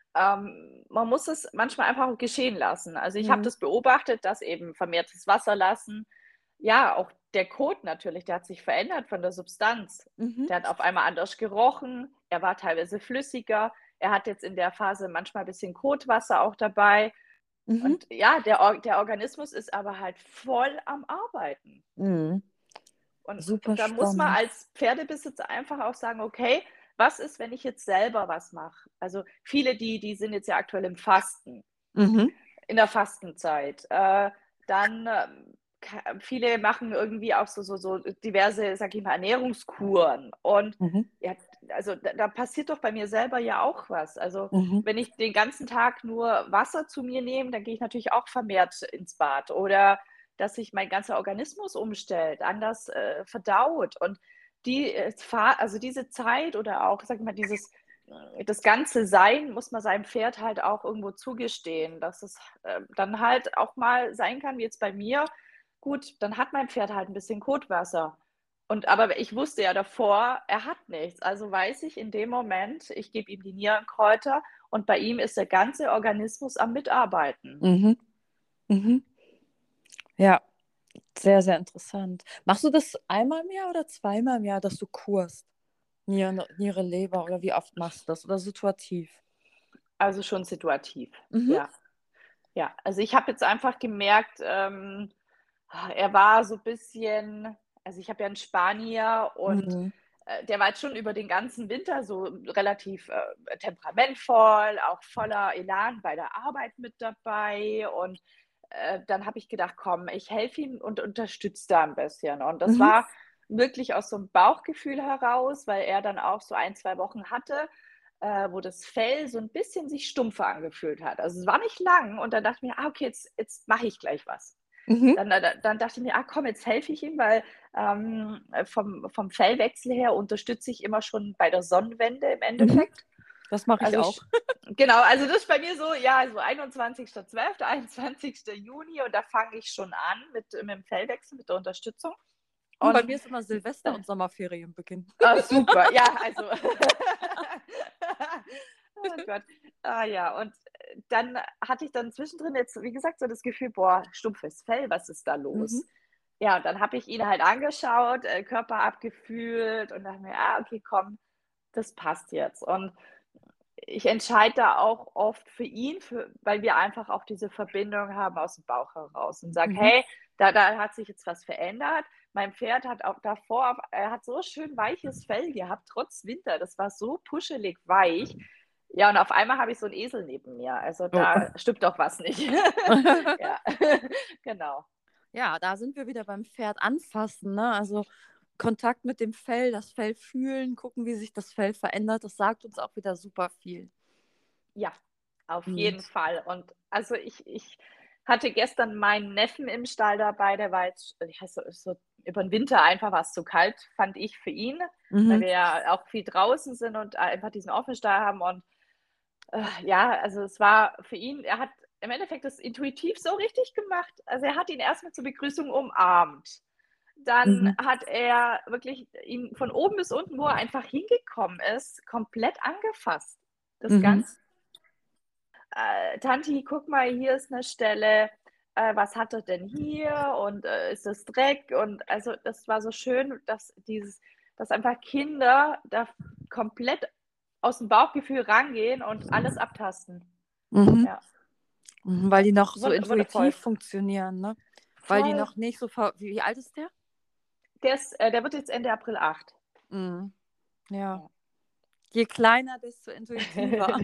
man muss es manchmal einfach auch geschehen lassen. Also, ich habe Mhm. das beobachtet, dass eben vermehrtes Wasser lassen, ja, auch der Kot natürlich, der hat sich verändert von der Substanz. Mhm. Der hat auf einmal anders gerochen, er war teilweise flüssiger. Er hat jetzt in der Phase manchmal ein bisschen Kotwasser auch dabei. Mhm. Und ja, der Organismus ist aber halt voll am Arbeiten. Mhm. Und Super da muss man spannend. als Pferdebesitzer einfach auch sagen: „Okay, was ist, wenn ich jetzt selber was mache?“ Also, viele, die sind jetzt ja aktuell im Fasten, Mhm. in der Fastenzeit. Dann, viele machen irgendwie auch so diverse, sage ich mal, Ernährungskuren. Und Mhm. ja, also da passiert doch bei mir selber ja auch was. Also Mhm. wenn ich den ganzen Tag nur Wasser zu mir nehme, dann gehe ich natürlich auch vermehrt ins Bad. Oder dass sich mein ganzer Organismus umstellt, anders verdaut. Und also diese Zeit oder auch, sag ich mal, das ganze Sein muss man seinem Pferd halt auch irgendwo zugestehen, dass es dann halt auch mal sein kann, wie jetzt bei mir. Gut, dann hat mein Pferd halt ein bisschen Kotwasser. Aber ich wusste ja davor, er hat nichts. Also weiß ich in dem Moment, ich gebe ihm die Nierenkräuter und bei ihm ist der ganze Organismus am Mitarbeiten. Mhm. Mhm. Ja, sehr, sehr interessant. Machst du das einmal im Jahr oder zweimal im Jahr, dass du kurst? Niere, Leber oder wie oft machst du das? Oder situativ? Also schon situativ, Mhm. ja. Ja, also ich habe jetzt einfach gemerkt, er war so ein bisschen, also ich habe ja 'n Spanier und Mhm. der war jetzt schon über den ganzen Winter so relativ temperamentvoll, auch voller Elan bei der Arbeit mit dabei. Und dann habe ich gedacht, komm, ich helfe ihm und unterstütze da ein bisschen. Und das Mhm. war wirklich aus so einem Bauchgefühl heraus, weil er dann auch so ein, 2 Wochen hatte, wo das Fell so ein bisschen sich stumpfer angefühlt hat. Also, es war nicht lang und dann dachte ich mir: „Ah, okay, jetzt mache ich gleich was.“ Mhm. Dann dachte ich mir: „Ah komm, jetzt helfe ich ihm“, weil, vom Fellwechsel her unterstütze ich immer schon bei der Sonnenwende im Mhm. Endeffekt. Das mache ich Also, auch. ich genau, also das ist bei mir so, ja, so 21.12., 21. Juni und da fange ich schon an mit dem Fellwechsel, mit der Unterstützung. Bei Und mir ist immer Silvester und Sommerferienbeginn. super, ja, also oh Gott. Ah ja, und dann hatte ich dann zwischendrin jetzt, wie gesagt, so das Gefühl: „Boah, stumpfes Fell, was ist da Mhm. los?“ Ja, und dann habe ich ihn halt angeschaut, Körper abgefühlt und dachte mir: „Ah, okay, komm, das passt jetzt.“ Und ich entscheide da auch oft für ihn, weil wir einfach auch diese Verbindung haben aus dem Bauch heraus und sage: Mhm. „Hey, da hat sich jetzt was verändert.“ Mein Pferd hat auch davor er hat so schön weiches Fell gehabt, trotz Winter. Das war so puschelig weich. Ja, und auf einmal habe ich so 'n Esel neben mir. Also, Oh. da stimmt doch was nicht. Ja, genau. Ja, da sind wir wieder beim Pferd anfassen, ne? Also, Kontakt mit dem Fell, das Fell fühlen, gucken, wie sich das Fell verändert, das sagt uns auch wieder super viel. Ja, auf Mhm. jeden Fall. Und also ich hatte gestern meinen Neffen im Stall dabei, der war jetzt ja, so über den Winter einfach war's zu kalt, fand ich für ihn, weil Mhm. wir ja auch viel draußen sind und einfach diesen Offenstall haben und, ja, also es war für ihn er hat im Endeffekt das intuitiv so richtig gemacht. Also, er hat ihn erst mal zur Begrüßung umarmt. Dann Mhm. hat er wirklich ihn von oben bis unten, wo er einfach hingekommen ist, komplett angefasst. Das Mhm. ganz Tanti, guck mal, hier ist 'ne Stelle, was hat er denn hier und, ist das Dreck? Und also, das war so schön, dass einfach Kinder da komplett aus'm Bauchgefühl rangehen und alles abtasten. Mhm. Ja, Mhm. Weil die noch so wundervoll. intuitiv funktionieren, ne? Weil die Voll. noch nicht so wie alt ist der? Der wird jetzt Ende April 8. Mhm. Ja. Ja. Je kleiner, desto intuitiver.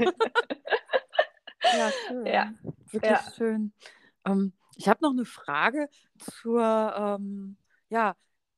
Ja, Ja, schön. Wirklich ja. schön. Ich habe noch eine Frage zur, ja,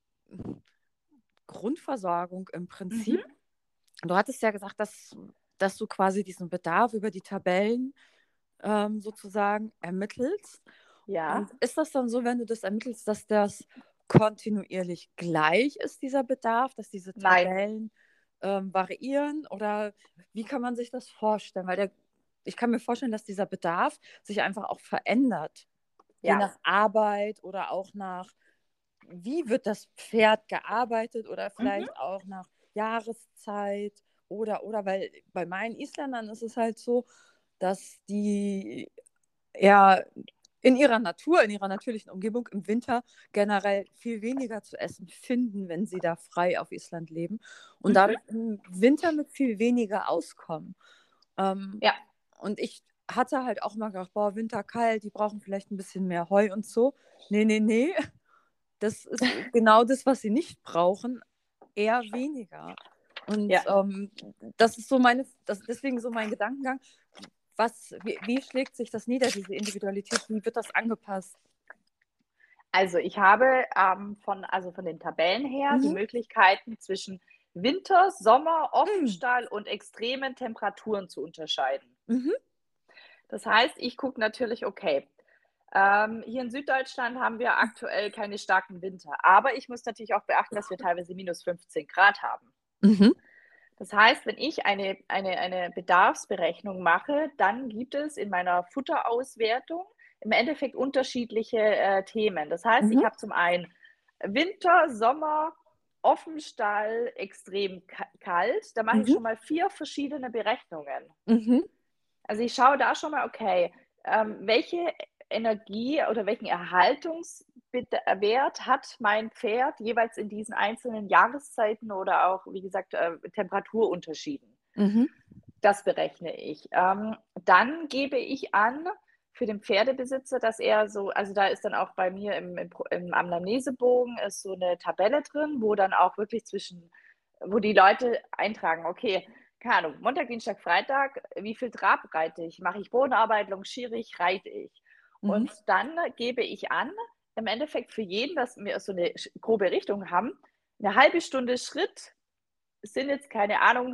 Grundversorgung im Mhm. Prinzip. Du hattest ja gesagt, dass du quasi diesen Bedarf über die Tabellen, sozusagen ermittelst. Ja. Und ist das dann so, wenn du das ermittelst, dass das kontinuierlich gleich ist, dieser Bedarf, dass diese Nein. Tabellen, variieren oder wie kann man sich das vorstellen? Ich kann mir vorstellen, dass dieser Bedarf sich einfach auch verändert, je Ja. nach Arbeit oder auch nach wie wird das Pferd gearbeitet oder Mhm. vielleicht auch nach Jahreszeit oder weil bei meinen Isländern ist es halt so, dass die ja in ihrer Natur, in ihrer natürlichen Umgebung im Winter generell viel weniger zu essen finden, wenn sie da frei auf Island leben und Mhm. dadurch im Winter mit viel weniger auskommen. Ähm, Ja. und ich hatte halt auch mal gedacht: „Boah, Winter kalt, die brauchen vielleicht ein bisschen mehr Heu und so.“ Ne, ne, ne, das ist genau das, was sie nicht brauchen, eher weniger. Und, Ja. das ist deswegen so mein Gedankengang. Wie schlägt sich das nieder, diese Individualität? Wie wird das angepasst? Also, ich habe, von den Tabellen her die Mhm. Möglichkeiten zwischen Winter, Sommer, Mhm. Offenstall und extremen Temperaturen zu unterscheiden. Mhm. Das heißt, ich gucke natürlich, okay, hier in Süddeutschland haben wir aktuell keine starken Winter, aber ich muss natürlich auch beachten, dass wir teilweise -15 Grad haben. Mhm. Das heißt, wenn ich eine Bedarfsberechnung mache, dann gibt es in meiner Futterauswertung im Endeffekt unterschiedliche, Themen. Das heißt, ich Mhm. habe zum einen Winter, Sommer, Offenstall, extrem kalt. Da mache ich Mhm. schon mal 4 verschiedene Berechnungen. Mhm. Also, ich schaue da schon mal, okay, welche Energie oder welchen Wert hat mein Pferd jeweils in diesen einzelnen Jahreszeiten oder auch, wie gesagt, Temperaturunterschieden. Mhm. Das berechne ich. Dann gebe ich an für den Pferdebesitzer, dass er so also, da ist dann auch bei mir im Anamnesebogen ist so eine Tabelle drin, wo dann auch wirklich zwischen wo die Leute eintragen, okay, keine Ahnung, Montag, Dienstag, Freitag, wie viel Trab reite ich? Mache ich Bodenarbeit, longiere ich, reite ich? Mhm. Und dann gebe ich an, im Endeffekt für jeden, dass wir so eine grobe Richtung haben, eine halbe Stunde Schritt sind jetzt, keine Ahnung,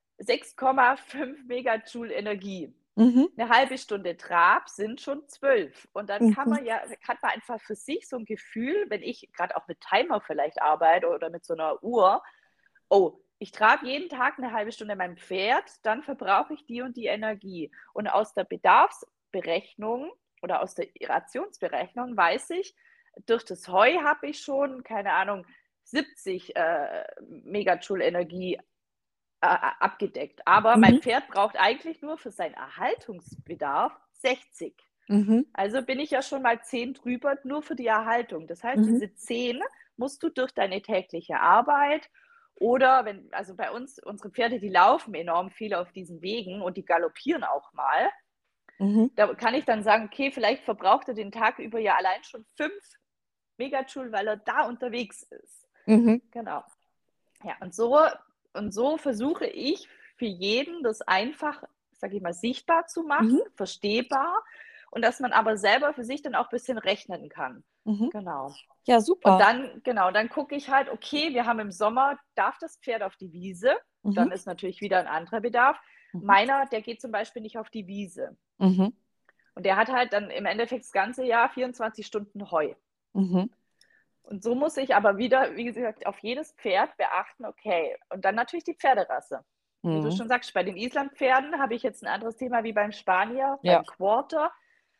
6,5 Megajoule Energie. Mhm. Eine halbe Stunde Trab sind schon 12. Und dann Mhm. hat man einfach für sich so ein Gefühl, wenn ich gerade auch mit Timer vielleicht arbeite oder mit so einer Uhr, oh, ich trabe jeden Tag eine halbe Stunde mein Pferd, dann verbrauche ich die und die Energie. Und aus der Bedarfsberechnung oder aus der Rationsberechnung weiß ich, durch das Heu habe ich schon, keine Ahnung, 70 Megajoule Energie abgedeckt. Aber mein Mhm. Pferd braucht eigentlich nur für seinen Erhaltungsbedarf 60. Mhm. Also bin ich ja schon mal 10 drüber, nur für die Erhaltung. Das heißt, Mhm. diese 10 musst du durch deine tägliche Arbeit oder wenn, also bei uns, unsere Pferde, die laufen enorm viel auf diesen Wegen und die galoppieren auch mal. Mhm. Da kann ich dann sagen, okay, vielleicht verbraucht er den Tag über ja allein schon 5 Megajoule, weil er da unterwegs ist. Mhm. Genau. Ja, und so versuche ich für jeden das einfach, sage ich mal, sichtbar zu machen, Mhm. verstehbar und dass man aber selber für sich dann auch ein bisschen rechnen kann. Mhm. Genau. Ja, Und super. dann, genau, dann gucke ich halt, okay, wir haben im Sommer, darf das Pferd auf die Wiese? Mhm. Dann ist natürlich wieder ein anderer Bedarf. Mhm. Meiner, der geht zum Beispiel nicht auf die Wiese. Mhm. Und der hat halt dann im Endeffekt das ganze Jahr 24 Stunden Heu. Mhm. Und so muss ich aber wieder, wie gesagt, auf jedes Pferd beachten, okay. Und dann natürlich die Pferderasse. Wie du Mhm. schon sagst, bei den Islandpferden habe ich jetzt ein anderes Thema wie beim Spanier, Ja. beim Quarter.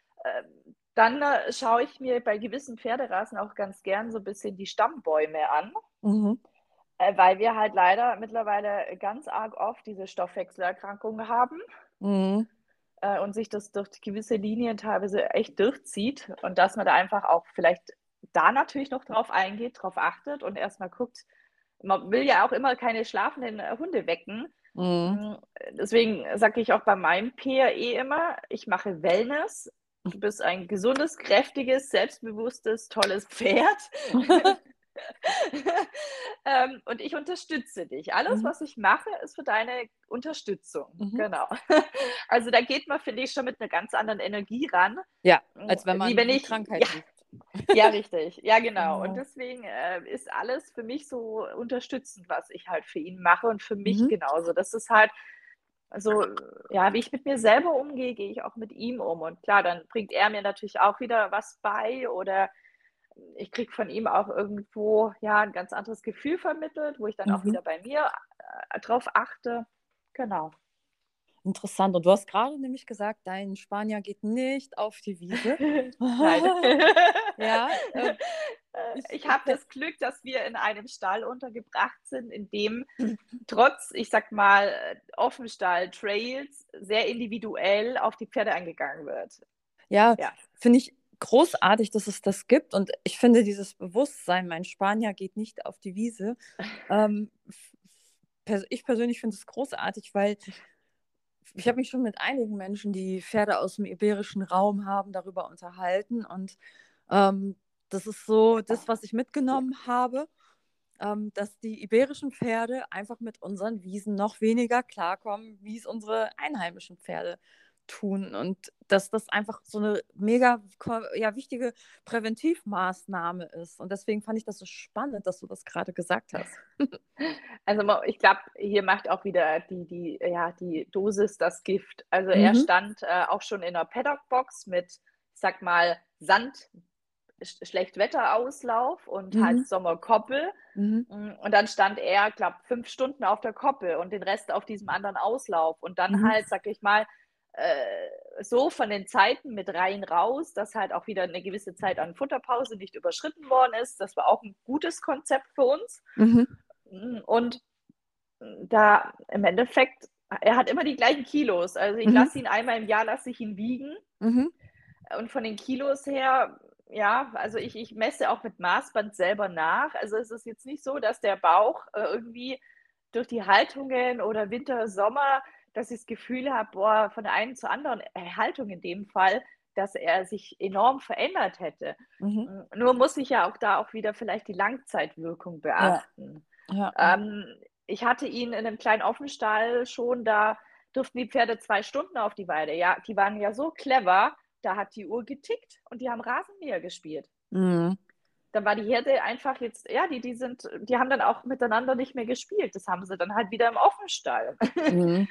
Dann schaue ich mir bei gewissen Pferderassen auch ganz gern so ein bisschen die Stammbäume an, Mhm. weil wir halt leider mittlerweile ganz arg oft diese Stoffwechselerkrankungen haben Mhm. und sich das durch gewisse Linien teilweise echt durchzieht und dass man da einfach auch vielleicht da natürlich noch drauf eingeht, drauf achtet und erstmal guckt, man will ja auch immer keine schlafenden Hunde wecken. Mhm. Deswegen sage ich auch bei meinem PRE immer, ich mache Wellness. Du bist ein gesundes, kräftiges, selbstbewusstes, tolles Pferd. Und ich unterstütze dich. Alles, Mhm. was ich mache, ist für deine Unterstützung. Mhm. Genau. Also da geht man, finde ich, schon mit einer ganz anderen Energie ran, Ja, als wenn wie man wenn die ich, Krankheit ja, sucht. ja, richtig. Ja, genau. Und Genau. deswegen ist alles für mich so unterstützend, was ich halt für ihn mache und für mich Mhm. genauso. Das ist halt so, ja, wie ich mit mir selber umgehe, gehe ich auch mit ihm um. Und klar, dann bringt er mir natürlich auch wieder was bei oder ich kriege von ihm auch irgendwo ja ein ganz anderes Gefühl vermittelt, wo ich dann auch Mhm. wieder bei mir drauf achte. Genau. Interessant. Und du hast gerade nämlich gesagt, dein Spanier geht nicht auf die Wiese. Nein. Ja, ich, Ich habe das Glück, dass wir in einem Stall untergebracht sind, in dem trotz, ich sag mal, Offenstall, Trails sehr individuell auf die Pferde eingegangen wird. ja, Ja. finde ich großartig, dass es das gibt. Und ich finde dieses Bewusstsein, mein Spanier geht nicht auf die Wiese. Ähm, ich persönlich finde es großartig, weil ich habe mich schon mit einigen Menschen, die Pferde aus dem iberischen Raum haben, darüber unterhalten. Und ähm, das ist so das, was ich mitgenommen habe, dass die iberischen Pferde einfach mit unseren Wiesen noch weniger klarkommen, wie es unsere einheimischen Pferde tun. Und dass das einfach so eine mega ja, wichtige Präventivmaßnahme ist. Und deswegen fand ich das so spannend, dass du das gerade gesagt hast. Also ich glaube, hier macht auch wieder ja, die Dosis das Gift. Also er Mhm. stand auch schon in der Paddock-Box mit, ich sag mal, Sand, Schlechtwetterauslauf und halt Mhm. Sommerkoppel. Mhm. Und dann stand er, glaube 5 Stunden auf der Koppel und den Rest auf diesem anderen Auslauf. Und dann Mhm. halt, sag ich mal, so von den Zeiten mit rein raus, dass halt auch wieder eine gewisse Zeit an Futterpause nicht überschritten worden ist. Das war auch ein gutes Konzept für uns. Mhm. Und da im Endeffekt, er hat immer die gleichen Kilos. Also ich Mhm. lasse ihn einmal im Jahr, lasse ich ihn wiegen. Mhm. Und von den Kilos her, ja, also ich messe auch mit Maßband selber nach. Also es ist jetzt nicht so, dass der Bauch irgendwie durch die Haltungen oder Winter, Sommer, dass ich das Gefühl habe, boah, von der einen zur anderen Haltung in dem Fall, dass er sich enorm verändert hätte. Mhm. Nur muss ich ja auch da auch wieder vielleicht die Langzeitwirkung Ja, beachten. ja, ja. Ähm, ich hatte ihn in einem kleinen Offenstall schon, da durften die Pferde 2 Stunden auf die Weide. Ja, die waren ja so clever, da hat die Uhr getickt und die haben Rasenmäher gespielt. Mhm. Dann war die Herde einfach jetzt, ja, die haben dann auch miteinander nicht mehr gespielt. Das haben sie dann halt wieder im Offenstall. Mhm.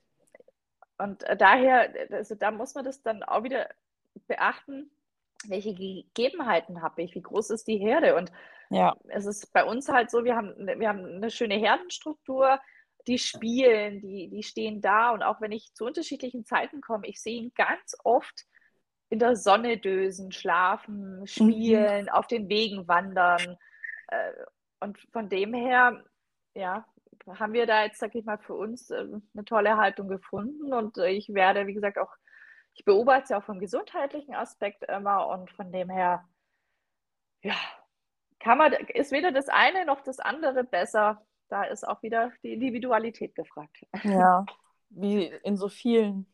Und daher, also da muss man das dann auch wieder beachten, welche Gegebenheiten habe ich, wie groß ist die Herde. Und Ja. es ist bei uns halt so, wir haben eine schöne Herdenstruktur, die spielen, die stehen da. Und auch wenn ich zu unterschiedlichen Zeiten komme, ich sehe ihn ganz oft in der Sonne dösen, schlafen, Mhm. spielen, auf den Wegen wandern. Und von dem her, ja, haben wir da jetzt, sag ich mal, für uns eine tolle Haltung gefunden. Und ich werde, wie gesagt, auch, ich beobachte es ja auch vom gesundheitlichen Aspekt immer. Und von dem her, ja, ist weder das eine noch das andere besser. Da ist auch wieder die Individualität gefragt. Ja, wie in so vielen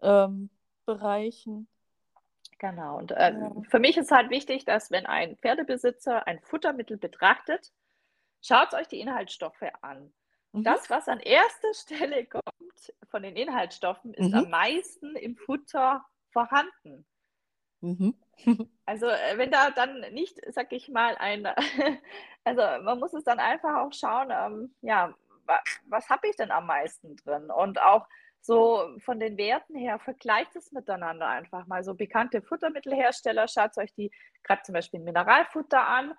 Bereichen. Genau. Und Ja. für mich ist halt wichtig, dass wenn ein Pferdebesitzer ein Futtermittel betrachtet, schaut euch die Inhaltsstoffe an. Mhm. Das, was an erster Stelle kommt von den Inhaltsstoffen, ist Mhm. am meisten im Futter vorhanden. Mhm. Also wenn da dann nicht, sag ich mal, also man muss es dann einfach auch schauen, ja, was habe ich denn am meisten drin? Und auch so von den Werten her, vergleicht es miteinander einfach mal. So bekannte Futtermittelhersteller, schaut euch die gerade zum Beispiel Mineralfutter an,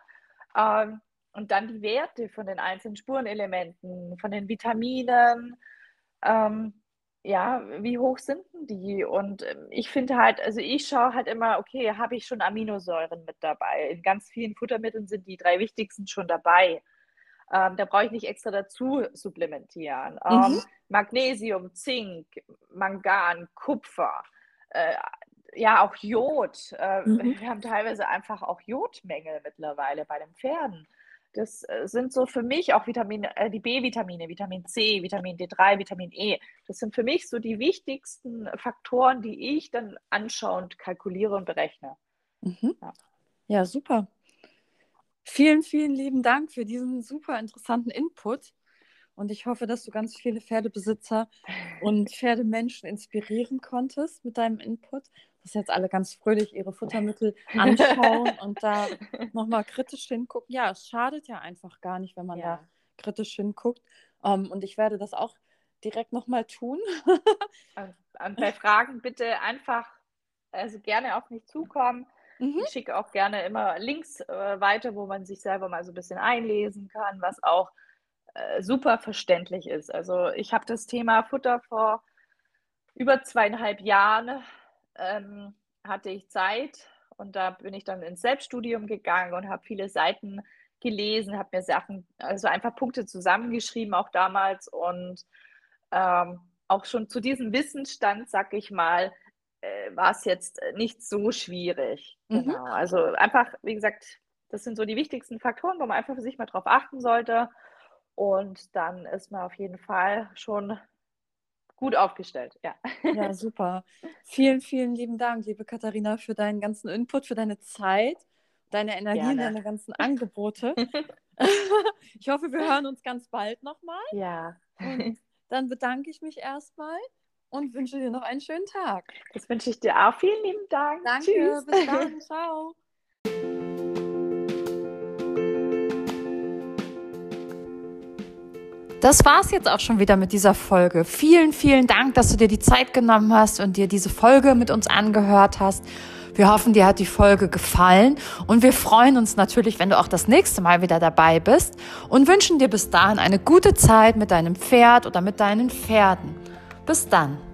und dann die Werte von den einzelnen Spurenelementen, von den Vitaminen. Ähm, ja, wie hoch sind denn die? Und ich finde halt, also ich schaue halt immer, okay, habe ich schon Aminosäuren mit dabei? In ganz vielen Futtermitteln sind die 3 wichtigsten schon dabei. Da brauche ich nicht extra dazu supplementieren. Mhm. Magnesium, Zink, Mangan, Kupfer, äh, ja, auch Jod. Mhm. Wir haben teilweise einfach auch Jodmängel mittlerweile bei den Pferden. Das sind so für mich auch die B-Vitamine, Vitamin C, Vitamin D3, Vitamin E. Das sind für mich so die wichtigsten Faktoren, die ich dann anschaue und kalkuliere und berechne. Mhm. Ja. Ja, super. Vielen, vielen lieben Dank für diesen super interessanten Input. Und ich hoffe, dass du ganz viele Pferdebesitzer und Pferdemenschen inspirieren konntest mit deinem Input, dass jetzt alle ganz fröhlich ihre Futtermittel anschauen und da nochmal kritisch hingucken. Ja, es schadet ja einfach gar nicht, wenn man da Ja. kritisch hinguckt. Und ich werde das auch direkt nochmal tun. Und bei Fragen bitte einfach, also gerne auf mich zukommen. Mhm. Ich schicke auch gerne immer Links weiter, wo man sich selber mal so ein bisschen einlesen kann, was auch super verständlich ist. Also ich habe das Thema Futter vor über 2,5 Jahren, hatte ich Zeit und da bin ich dann ins Selbststudium gegangen und habe viele Seiten gelesen, habe mir Sachen, also einfach Punkte zusammengeschrieben, auch damals und auch schon zu diesem Wissensstand, sag ich mal, war es jetzt nicht so schwierig. Mhm. Genau. Also einfach, wie gesagt, das sind so die wichtigsten Faktoren, wo man einfach für sich mal drauf achten sollte. Und dann ist man auf jeden Fall schon gut aufgestellt. Ja. Ja, super. Vielen, vielen lieben Dank, liebe Katharina, für deinen ganzen Input, für deine Zeit, deine Energie und Gerne. deine ganzen Angebote. Ich hoffe, wir hören uns ganz bald nochmal. Ja. Und dann bedanke ich mich erstmal und wünsche dir noch einen schönen Tag. Das wünsche ich dir auch. Vielen lieben Dank. Danke, Tschüss. bis dann. Ciao. Das war's jetzt auch schon wieder mit dieser Folge. Vielen, vielen Dank, dass du dir die Zeit genommen hast und dir diese Folge mit uns angehört hast. Wir hoffen, dir hat die Folge gefallen und wir freuen uns natürlich, wenn du auch das nächste Mal wieder dabei bist und wünschen dir bis dahin eine gute Zeit mit deinem Pferd oder mit deinen Pferden. Bis dann.